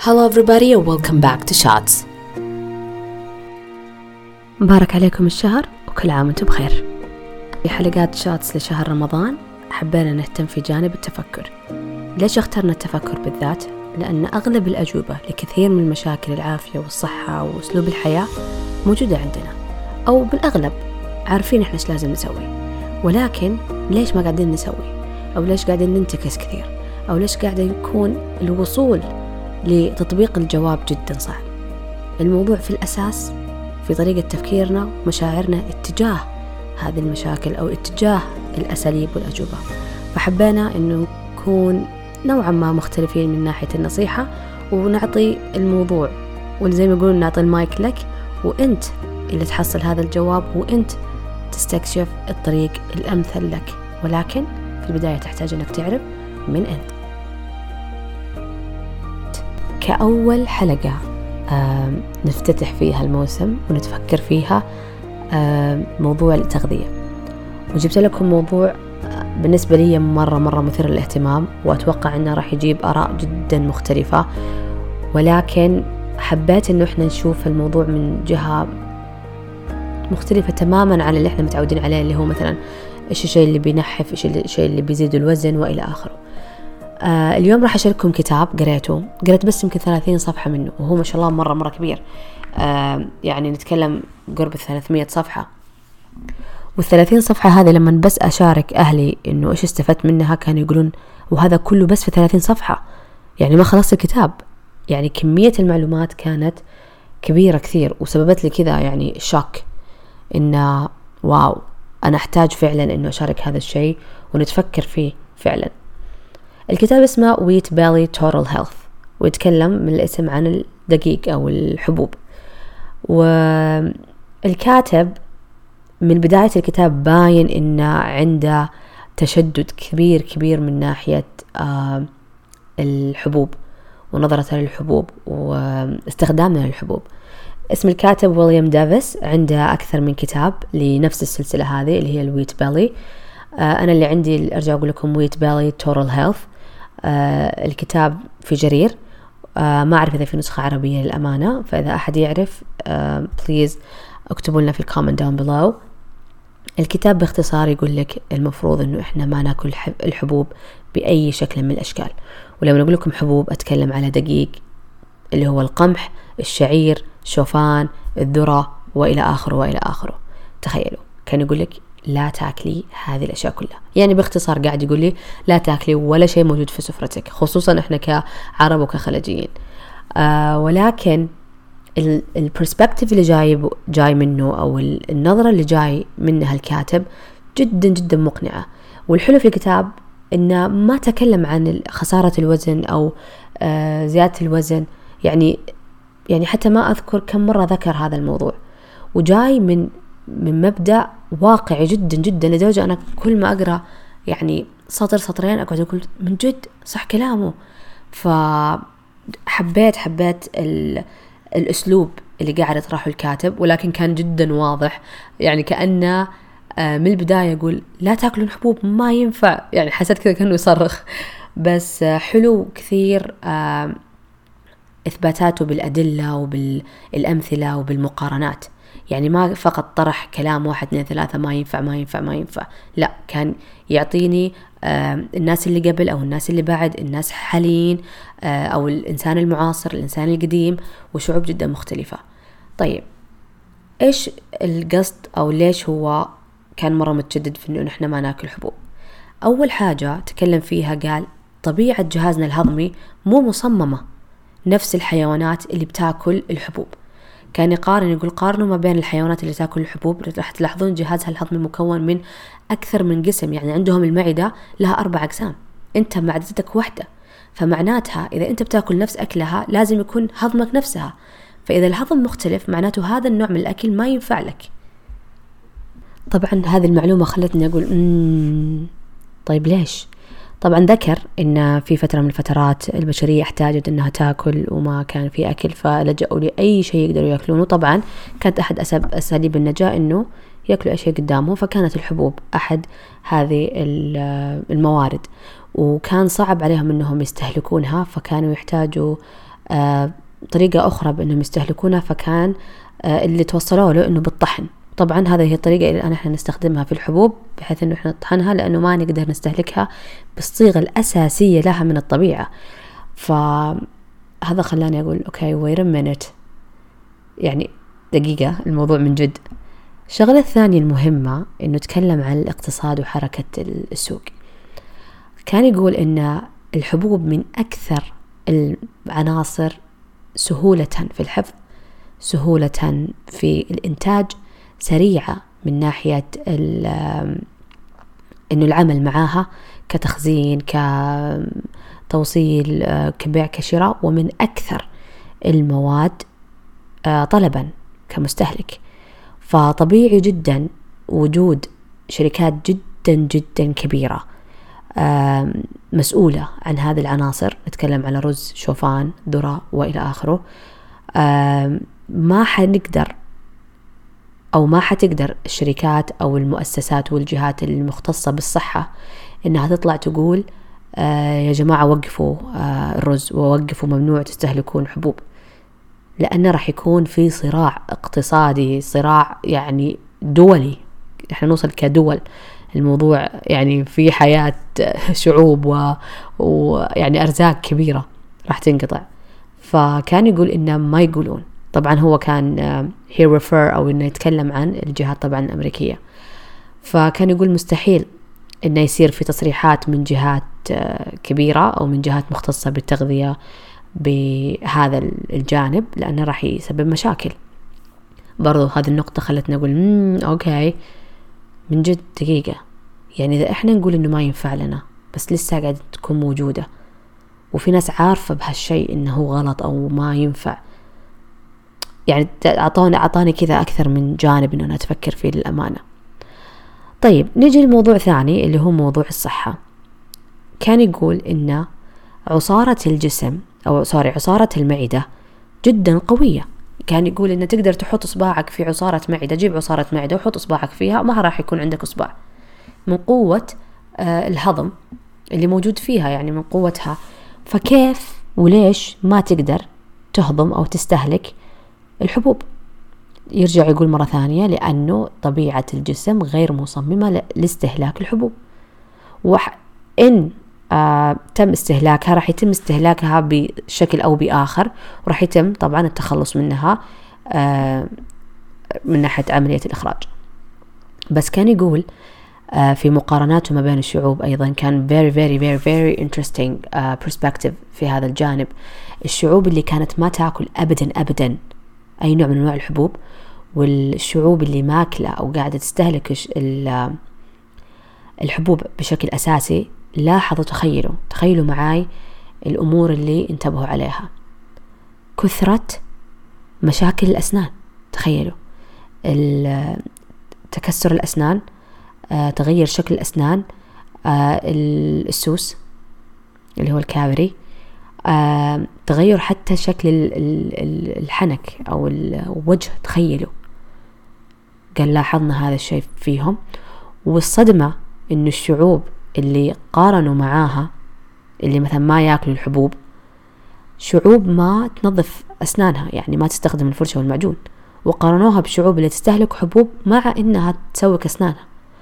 Hello everybody and welcome back to Shots. مبارك عليكم الشهر وكل عام وانتم بخير. في حلقات شاتس لشهر رمضان حبينا نهتم في جانب التفكر. ليش اخترنا التفكر بالذات؟ لأن أغلب الأجوبة لكثير من مشاكل العافية والصحة وأسلوب الحياة موجودة عندنا، أو بالأغلب عارفين إحنا إيش لازم نسوي، ولكن ليش ما قاعدين نسوي؟ أو ليش قاعدين ننتكس كثير؟ أو ليش قاعد يكون الوصول لتطبيق الجواب جدا صعب؟ الموضوع في الأساس في طريقة تفكيرنا ومشاعرنا اتجاه هذه المشاكل أو اتجاه الأساليب والأجوبة. فحبينا أنه نكون نوعا ما مختلفين من ناحية النصيحة، ونعطي الموضوع وزي ما يقولون نعطي المايك لك، وأنت اللي تحصل هذا الجواب، وأنت تستكشف الطريق الأمثل لك. ولكن في البداية تحتاج أنك تعرف من أنت. كأول حلقة نفتتح فيها الموسم ونتفكر فيها موضوع التغذية، وجبت لكم موضوع بالنسبة لي مرة مثير للاهتمام، وأتوقع أنه راح يجيب آراء جدا مختلفة، ولكن حبيت أنه إحنا نشوف الموضوع من جهة مختلفة تماما عن اللي إحنا متعودين عليه، اللي هو مثلا إيش الشيء اللي بينحف، إيش الشيء اللي بيزيد الوزن وإلى آخره. اليوم راح أشارككم كتاب قرأت بس يمكن 30 صفحة منه، وهو ما شاء الله مرة كبير. يعني نتكلم قرب 300 صفحة، وال30 صفحة هذه لما بس أشارك أهلي إنه إيش استفدت منها كانوا يقولون وهذا كله بس في 30 صفحة، يعني ما خلصت الكتاب. يعني كمية المعلومات كانت كبيرة كثير، وسببت لي كذا يعني شوك إنه واو، أنا أحتاج فعلا إنه أشارك هذا الشيء ونتفكر فيه فعلا. الكتاب اسمه Wheat Belly Total Health، ويتكلم من الاسم عن الدقيق أو الحبوب. والكاتب من بداية الكتاب باين إنه عنده تشدد كبير من ناحية الحبوب ونظرته للحبوب واستخدامنا للحبوب. اسم الكاتب ويليام ديفيس، عنده أكثر من كتاب لنفس السلسلة هذه اللي هي الويت بيلي. أنا اللي عندي أرجع أقول لكم ويت بيلي توتال هيلث. الكتاب في جرير، ما أعرف إذا في نسخة عربية للأمانة، فإذا أحد يعرف بليز اكتبوا لنا في الكومنت داون بلو. الكتاب باختصار يقول لك المفروض إنه إحنا ما ناكل الحبوب بأي شكل من الأشكال. ولما نقول لكم حبوب أتكلم على دقيق اللي هو القمح، الشعير، شوفان، الذرة وإلى آخره. تخيلوا كان يقول لك لا تاكلي هذه الأشياء كلها. يعني باختصار قاعد يقول لي لا تاكلي ولا شيء موجود في سفرتك، خصوصا إحنا كعرب وكخليجيين. ولكن البرسبكتيف اللي جاي منه، أو النظرة اللي جاي منها الكاتب جدا مقنعة. والحلو في الكتاب إنه ما تكلم عن خسارة الوزن أو زيادة الوزن، يعني حتى ما أذكر كم مرة ذكر هذا الموضوع، وجاي من مبدأ واقعي جدا لدرجة أنا كل ما أقرأ يعني سطرين أقعد أقول من جد صح كلامه. فحبيت الأسلوب اللي قاعد يطرحه الكاتب، ولكن كان جدا واضح، يعني كأنه من البداية يقول لا تاكلون حبوب، ما ينفع. يعني حسيت كذا كأنه يصرخ، بس حلو كثير إثباتاته بالأدلة وبالأمثلة وبالمقارنات. يعني ما فقط طرح كلام 1 2 3 ما ينفع، لا، كان يعطيني الناس اللي قبل أو الناس اللي بعد، الناس حاليين أو الإنسان المعاصر، الإنسان القديم، وشعوب جدا مختلفة. طيب إيش القصد أو ليش هو كان مرة متشدد في إنه نحن ما ناكل حبوب؟ أول حاجة تكلم فيها قال طبيعة جهازنا الهضمي مو مصممة نفس الحيوانات اللي بتاكل الحبوب. كان يقول قارنوا ما بين الحيوانات اللي تاكل الحبوب، راح تلاحظون جهازها الهضمي مكون من أكثر من قسم. يعني عندهم المعدة لها 4 أقسام، أنت معدتك واحدة، فمعناتها إذا أنت بتاكل نفس أكلها لازم يكون هضمك نفسها. فإذا الهضم مختلف معناته هذا النوع من الأكل ما ينفع لك. طبعا هذه المعلومة خلتني أقول طيب ليش؟ طبعا ذكر إن في فترة من الفترات البشرية احتاجت إنها تاكل وما كان في أكل، فلجأوا لأي شيء يقدروا يأكلونه. طبعا كانت أحد أساليب النجاة إنه يأكلوا أي شيء قدامه، فكانت الحبوب أحد هذه الموارد، وكان صعب عليهم إنهم يستهلكونها، فكانوا يحتاجوا طريقة أخرى بأنهم يستهلكونها فكان اللي توصلوا له أنه بالطحن. طبعا هذه هي الطريقة اللي الآن احنا نستخدمها في الحبوب، بحيث أنه احنا نطحنها لأنه ما نقدر نستهلكها بالصيغة الأساسية لها من الطبيعة. فهذا خلاني أقول أوكي wait a minute، يعني دقيقة، الموضوع من جد. الشغلة الثانية المهمة أنه تكلم عن الاقتصاد وحركة السوق. كان يقول أن الحبوب من أكثر العناصر سهولة في الحفظ، سهولة في الإنتاج، سريعة من ناحية إنه العمل معاها كتخزين، كتوصيل، كبيع، كشراء، ومن أكثر المواد طلبا كمستهلك. فطبيعي جدا وجود شركات جدا جدا كبيرة مسؤولة عن هذه العناصر، نتكلم على رز، شوفان، ذرة وإلى آخره. ما حنقدر أو ما حتقدر الشركات أو المؤسسات والجهات المختصة بالصحة إنها تطلع تقول يا جماعة وقفوا الرز، ووقفوا ممنوع تستهلكون حبوب، لأنه راح يكون في صراع اقتصادي، صراع يعني دولي، احنا نوصل كدول، الموضوع يعني في حياة شعوب ويعني أرزاق كبيرة راح تنقطع. فكان يقول إنه ما يقولون، طبعا هو كان he refer أو إنه يتكلم عن الجهات طبعا الأمريكية، فكان يقول مستحيل إنه يصير في تصريحات من جهات كبيرة أو من جهات مختصة بالتغذية بهذا الجانب، لأنه راح يسبب مشاكل. برضو هذه النقطة خلتنا نقول أوكي من جد دقيقة، يعني إذا إحنا نقول إنه ما ينفع لنا بس لسه قاعدة تكون موجودة وفي ناس عارفة بهالشيء إنه هو غلط أو ما ينفع، يعني أعطاني كذا أكثر من جانب إنه أنا أتفكر فيه للأمانة. طيب نيجي لموضوع ثاني اللي هو موضوع الصحة. كان يقول إن عصارة الجسم أو عصارة المعدة جدا قوية. كان يقول إن تقدر تحط إصبعك في عصارة معدة، جيب عصارة معدة وحط إصبعك فيها ما راح يكون عندك إصبع، من قوة الهضم اللي موجود فيها، يعني من قوتها. فكيف وليش ما تقدر تهضم أو تستهلك الحبوب؟ يرجع يقول مرة ثانية لأنه طبيعة الجسم غير مصممة لاستهلاك الحبوب، وإن تم استهلاكها راح يتم استهلاكها بشكل أو بآخر، وراح يتم طبعا التخلص منها من ناحية عملية الإخراج. بس كان يقول في مقارناته ما بين الشعوب أيضا كان very very very very interesting perspective في هذا الجانب. الشعوب اللي كانت ما تأكل أبدا أي نوع من أنواع الحبوب، والشعوب اللي ماكلة أو قاعدة تستهلك الحبوب بشكل أساسي. لاحظوا، تخيلوا معاي الأمور اللي انتبهوا عليها: كثرة مشاكل الأسنان، تخيلوا تكسر الأسنان، تغير شكل الأسنان، السوس اللي هو الكافري، تغير حتى شكل الحنك أو الوجه. تخيلوا، قال لاحظنا هذا الشيء فيهم. والصدمة إنه الشعوب اللي قارنوا معاها، اللي مثلا ما يأكلوا الحبوب، شعوب ما تنظف أسنانها، يعني ما تستخدم الفرشة والمعجون، وقارنوها بشعوب اللي تستهلك حبوب مع إنها تسوك أسنانها.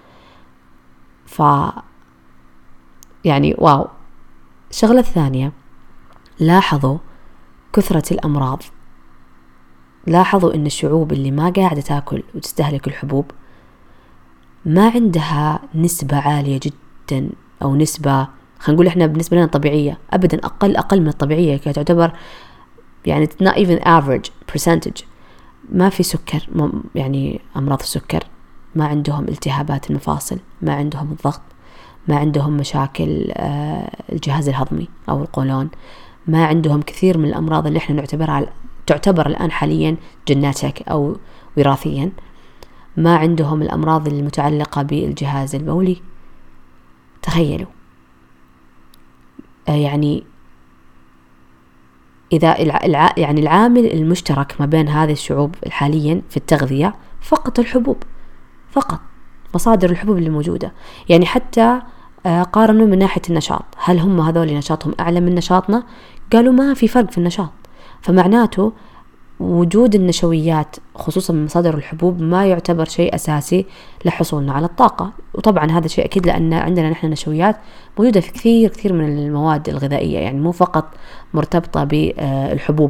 يعني واو. الشغلة الثانية، لاحظوا كثرة الأمراض. لاحظوا إن الشعوب اللي ما قاعدة تأكل وتستهلك الحبوب ما عندها نسبة عالية جدا، أو نسبة خلينا نقول إحنا بالنسبة لنا طبيعية، أبدا أقل من الطبيعية، كي تعتبر يعني not even average percentage. ما في سكر، يعني أمراض السكر، ما عندهم التهابات المفاصل، ما عندهم الضغط، ما عندهم مشاكل الجهاز الهضمي أو القولون، ما عندهم كثير من الأمراض اللي إحنا تعتبر الآن حاليا جيناتيك أو وراثيا، ما عندهم الأمراض المتعلقة بالجهاز البولي. تخيلوا، يعني إذا يعني العامل المشترك ما بين هذه الشعوب حاليا في التغذية فقط الحبوب، فقط مصادر الحبوب اللي موجودة. يعني حتى قارنوا من ناحية النشاط، هل هم هذول نشاطهم أعلى من نشاطنا؟ قالوا ما في فرق في النشاط. فمعناته وجود النشويات خصوصا من مصادر الحبوب ما يعتبر شيء أساسي لحصولنا على الطاقة. وطبعا هذا شيء أكيد لأن عندنا نحن نشويات موجودة في كثير من المواد الغذائية، يعني مو فقط مرتبطة بالحبوب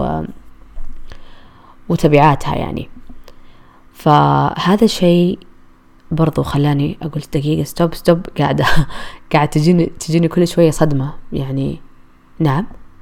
وتبعاتها يعني. فهذا الشيء برضو خلاني أقول دقيقة ستوب قاعدة تجيني كل شوية صدمة يعني. نعم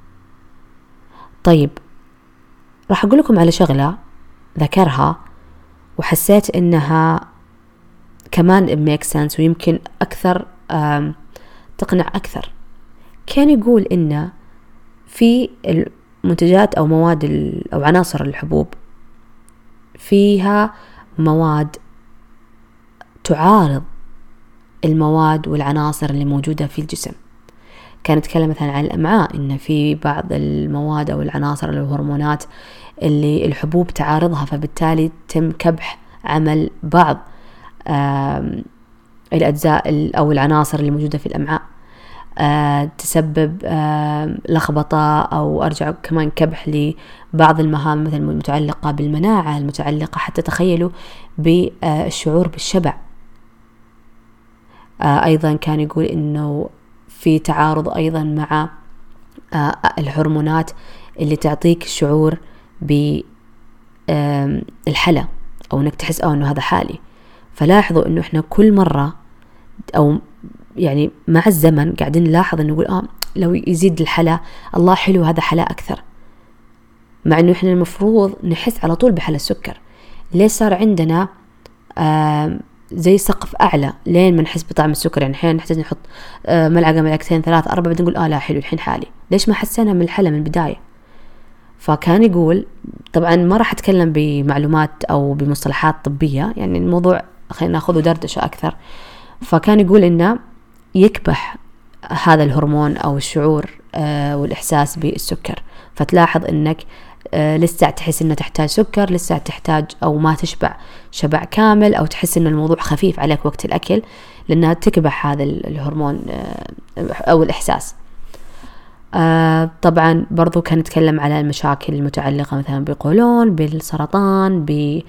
طيب راح أقول لكم على شغلة ذكرها وحسيت إنها كمان make sense ويمكن أكثر تقنع أكثر. كان يقول إن في المنتجات أو مواد أو عناصر الحبوب فيها مواد تعارض المواد والعناصر اللي موجودة في الجسم. كان يتكلم مثلا عن الأمعاء، إن في بعض المواد أو العناصر أو الهرمونات اللي الحبوب تعارضها، فبالتالي تم كبح عمل بعض الأجزاء أو العناصر اللي موجودة في الأمعاء، تسبب لخبطة أو أرجع كمان كبح لبعض المهام مثل المتعلقة بالمناعة، المتعلقة حتى تخيلوا بالشعور بالشبع. أيضا كان يقول إنه في تعارض أيضا مع الهرمونات اللي تعطيك الشعور بالحلا أو إنك تحس إنه هذا حالي. فلاحظوا إنه إحنا كل مرة أو يعني مع الزمن قاعدين نلاحظ إنه نقول لو يزيد الحلا الله حلو هذا حلا أكثر، مع إنه إحنا المفروض نحس على طول بحلا السكر. ليش صار عندنا زي سقف أعلى لين ما نحس بطعم السكر؟ يعني أحيانا نحتاج نحط ملعقة ملعقتين 3 4 بعدين نقول لا حلو الحين حالي. ليش ما حسينا من الحلا من البداية؟ فكان يقول طبعا ما راح أتكلم بمعلومات أو بمصطلحات طبية، يعني الموضوع خلينا ناخذه دردشة أكثر. فكان يقول إنه يكبح هذا الهرمون أو الشعور والإحساس بالسكر، فتلاحظ إنك لسه تحس إنه تحتاج سكر، لسه تحتاج أو ما تشبع شبع كامل، أو تحس إن الموضوع خفيف عليك وقت الأكل، لأنها تكبح هذا الهرمون أو الإحساس. طبعا برضو كان يتكلم على المشاكل المتعلقة مثلا بقولون، بالسرطان،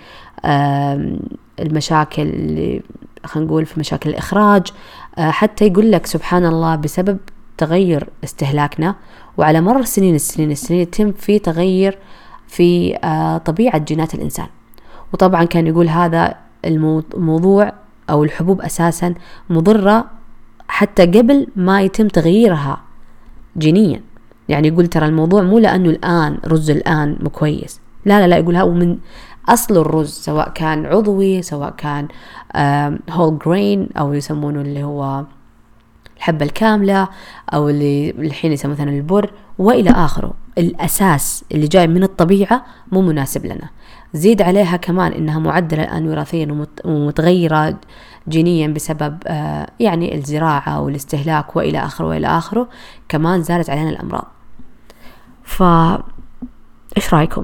بالمشاكل اللي خلينا نقول في مشاكل الإخراج. حتى يقول لك سبحان الله بسبب تغير استهلاكنا وعلى مر السنين يتم في تغير في طبيعة جينات الإنسان. وطبعا كان يقول هذا الموضوع أو الحبوب أساسا مضرة حتى قبل ما يتم تغييرها جينيا. يعني يقول ترى الموضوع مو لأنه الآن رز الآن مو كويس، لا يقولها ومن أصل الرز، سواء كان عضوي سواء كان whole grain أو يسمونه اللي هو الحبة الكاملة أو اللي الحين يسمى مثلا البر وإلى آخره. الأساس اللي جاي من الطبيعة مو مناسب لنا. زيد عليها كمان إنها معدلة الآن وراثيا ومتغيرة جينيا بسبب يعني الزراعة والاستهلاك وإلى آخره كمان زادت علينا الأمراض. إيش رأيكم؟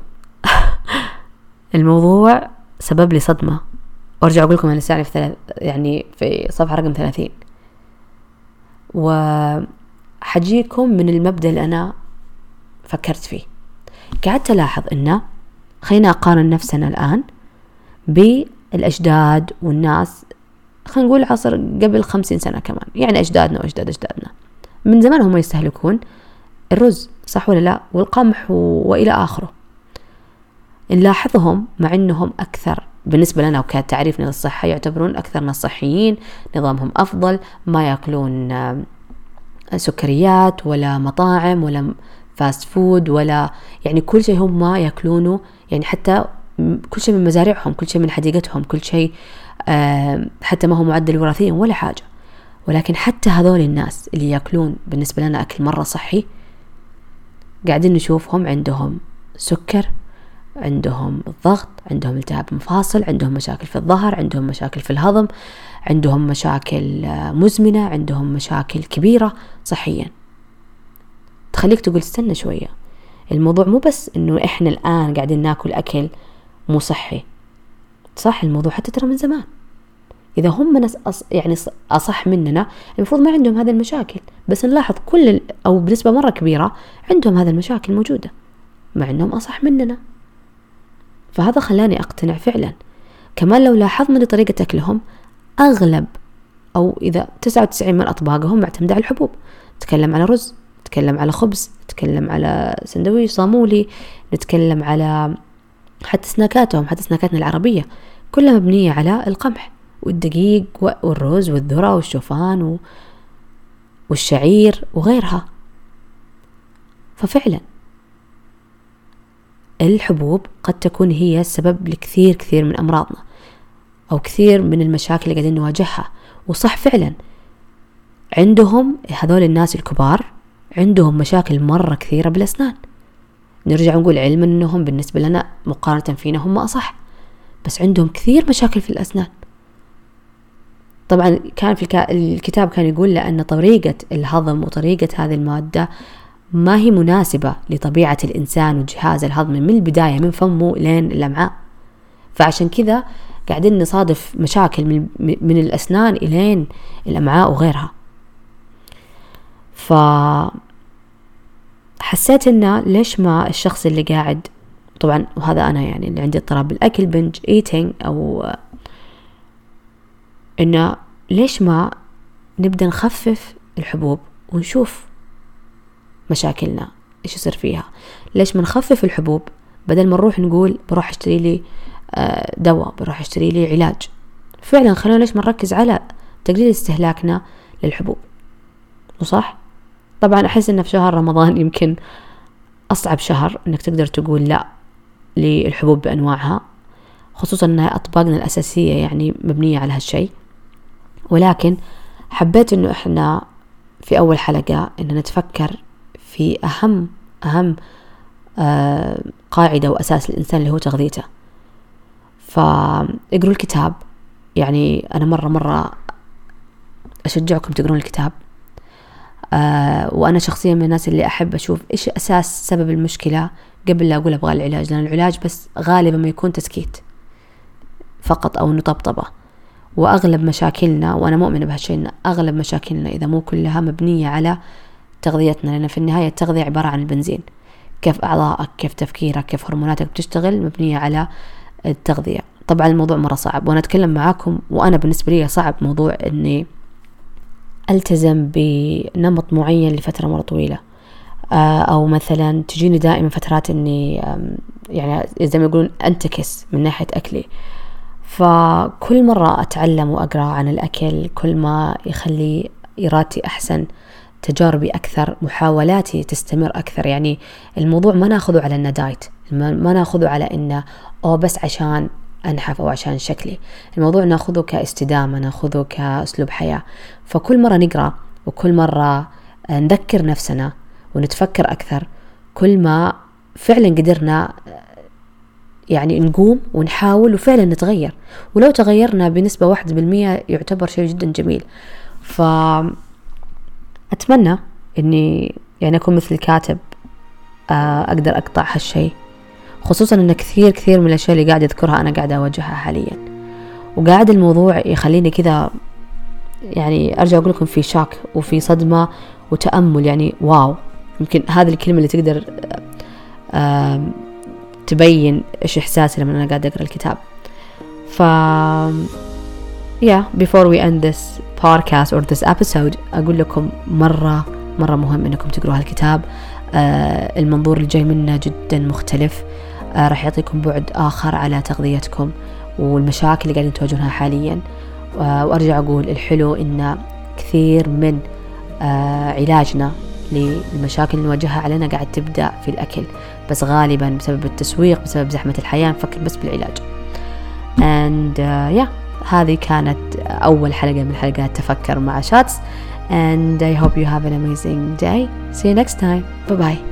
الموضوع سبب لي صدمة. وارجع أقول لكم أنا لساني يعني في صفحة رقم 30. وحجيكم من المبدأ اللي أنا فكرت فيه. قعدت ألاحظ إنه خلينا أقارن نفسنا الآن بالأجداد والناس، خلينا نقول عصر قبل 50 سنة كمان، يعني أجدادنا وأجدادنا من زمان هم يستهلكون الرز، صح ولا لا، والقمح وإلى آخره. نلاحظهم مع أنهم أكثر بالنسبة لنا وكتعريفنا للصحة يعتبرون أكثرنا صحيين، نظامهم أفضل، ما يأكلون سكريات ولا مطاعم ولا فاست فود ولا يعني كل شيء هم ما يأكلونه، يعني حتى كل شيء من مزارعهم، كل شيء من حديقتهم، كل شيء حتى ما هو معدل وراثيا ولا حاجة. ولكن حتى هذول الناس اللي يأكلون بالنسبة لنا أكل مرة صحي قاعدين نشوفهم عندهم سكر، عندهم الضغط، عندهم التهاب مفاصل، عندهم مشاكل في الظهر، عندهم مشاكل في الهضم، عندهم مشاكل مزمنة، عندهم مشاكل كبيرة صحيا. تخليك تقول استنى شوية، الموضوع مو بس إنه إحنا الآن قاعدين ناكل أكل مو صحي، صح، الموضوع حتى ترى من زمان. إذا هم ناس يعني أصح مننا المفروض ما عندهم هذه المشاكل، بس نلاحظ أو بنسبة مرة كبيرة عندهم هذه المشاكل موجودة. مع أنهم أصح مننا. فهذا خلاني أقتنع فعلا. كمان لو لاحظنا لطريقة أكلهم أغلب أو إذا 99 من أطباقهم معتمدة على الحبوب. نتكلم على رز، نتكلم على خبز، نتكلم على سندويش صامولي، نتكلم على حتى سناكاتهم، حتى سناكاتنا العربية كلها مبنية على القمح والدقيق والرز والذرة والشوفان والشعير وغيرها. ففعلا الحبوب قد تكون هي السبب لكثير كثير من أمراضنا أو كثير من المشاكل اللي قاعدين نواجهها. وصح فعلا عندهم هذول الناس الكبار عندهم مشاكل مرة كثيرة بالأسنان. نرجع نقول علما أنهم بالنسبة لنا مقارنة فينا هم أصح، بس عندهم كثير مشاكل في الأسنان. طبعا كان في الكتاب كان يقول لأن طريقة الهضم وطريقة هذه المادة ما هي مناسبة لطبيعة الإنسان وجهاز الهضم من البداية من فمه لين الأمعاء. فعشان كذا قاعدين نصادف مشاكل من الأسنان إلين الأمعاء وغيرها. فحسيت إنه ليش ما الشخص اللي قاعد، طبعا وهذا أنا يعني اللي عندي اضطراب بالأكل بنج ايتينج، أو إنه ليش ما نبدأ نخفف الحبوب ونشوف مشاكلنا إيش يصير فيها. ليش ما نخفف الحبوب بدل ما نروح نقول بروح اشتري لي دواء، بروح اشتري لي علاج. فعلا خلونا ليش ما نركز على تقليل استهلاكنا للحبوب. وصح طبعا أحس إن في شهر رمضان يمكن أصعب شهر إنك تقدر تقول لا للحبوب بأنواعها، خصوصا أنها أطباقنا الأساسية يعني مبنية على هالشيء. ولكن حبيت إنه إحنا في أول حلقة إن نتفكر في أهم قاعدة وأساس الإنسان اللي هو تغذيته. فاقروا الكتاب، يعني أنا مرة أشجعكم تقرون الكتاب. وأنا شخصيا من الناس اللي أحب أشوف إيش أساس سبب المشكلة قبل لا أقول أبغى العلاج، لأن العلاج بس غالبا ما يكون تسكيت فقط أو نطبطبة. وأغلب مشاكلنا، وأنا مؤمنة بهالشيء، إن أغلب مشاكلنا إذا مو كلها مبنية على تغذيتنا، لأن في النهاية التغذية عبارة عن البنزين. كيف أعضائك، كيف تفكيرك، كيف هرموناتك بتشتغل مبنية على التغذية. طبعا الموضوع مرة صعب، وأنا أتكلم معاكم وأنا بالنسبة لي صعب موضوع إني ألتزم بنمط معين لفترة مرة طويلة، أو مثلا تجيني دائما فترات إني يعني زي ما يقولون أنتكس من ناحية أكلي. فكل مرة أتعلم وأقرأ عن الأكل كل ما يخلي إرادتي أحسن، تجاربي أكثر، محاولاتي تستمر أكثر. يعني الموضوع ما ناخذه على إنه دايت، ما ناخذه على إنه بس عشان أنحف أو عشان شكلي. الموضوع ناخذه كاستدامة، ناخذه كأسلوب حياة. فكل مرة نقرأ وكل مرة نذكر نفسنا ونتفكر أكثر، كل ما فعلا قدرنا يعني نقوم ونحاول وفعلا نتغير. ولو تغيرنا بنسبة 1% يعتبر شيء جدا جميل. فأتمنى أني يعني أكون مثل الكاتب، أقدر أقطع هالشيء، خصوصا أن كثير من الأشياء اللي قاعدة أذكرها أنا قاعدة أواجهها حاليا، وقاعد الموضوع يخليني كذا يعني أرجع أقول لكم في شاك وفي صدمة وتأمل. يعني واو، يمكن هذه الكلمة اللي تقدر تبين إيش إحساسي لما أنا قاعدة أقرأ الكتاب. before we end this podcast or this episode أقول لكم مرة مهم إنكم تقروا هالكتاب. المنظور اللي جاي منه جدا مختلف، راح يعطيكم بعد آخر على تغذيتكم والمشاكل اللي قاعدين تواجهونها حاليا. وأرجع أقول الحلو إن كثير من علاجنا للمشاكل اللي نواجهها علينا قاعد تبدأ في الأكل، بس غالبا بسبب التسويق، بسبب زحمة الحياة نفكر بس بالعلاج. هذه كانت أول حلقة من حلقات تفكر مع شاتس. And I hope you have an amazing day. See you next time. Bye bye.